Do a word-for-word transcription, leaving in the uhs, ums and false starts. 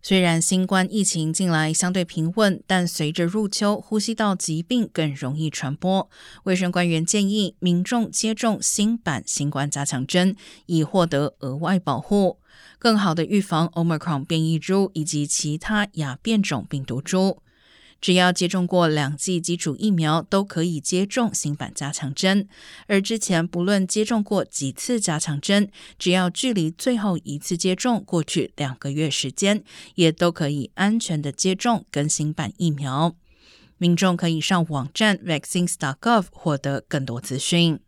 虽然新冠疫情近来相对平稳，但随着入秋，呼吸道疾病更容易传播。卫生官员建议民众接种新版新冠加强针，以获得额外保护，更好的预防 Omicron 变异株以及其他亚变种病毒株。只要接种过两剂基础疫苗，都可以接种新版加强针。而之前不论接种过几次加强针，只要距离最后一次接种过去两个月时间，也都可以安全的接种更新版疫苗。民众可以上网站 vaccines dot gov 获得更多资讯。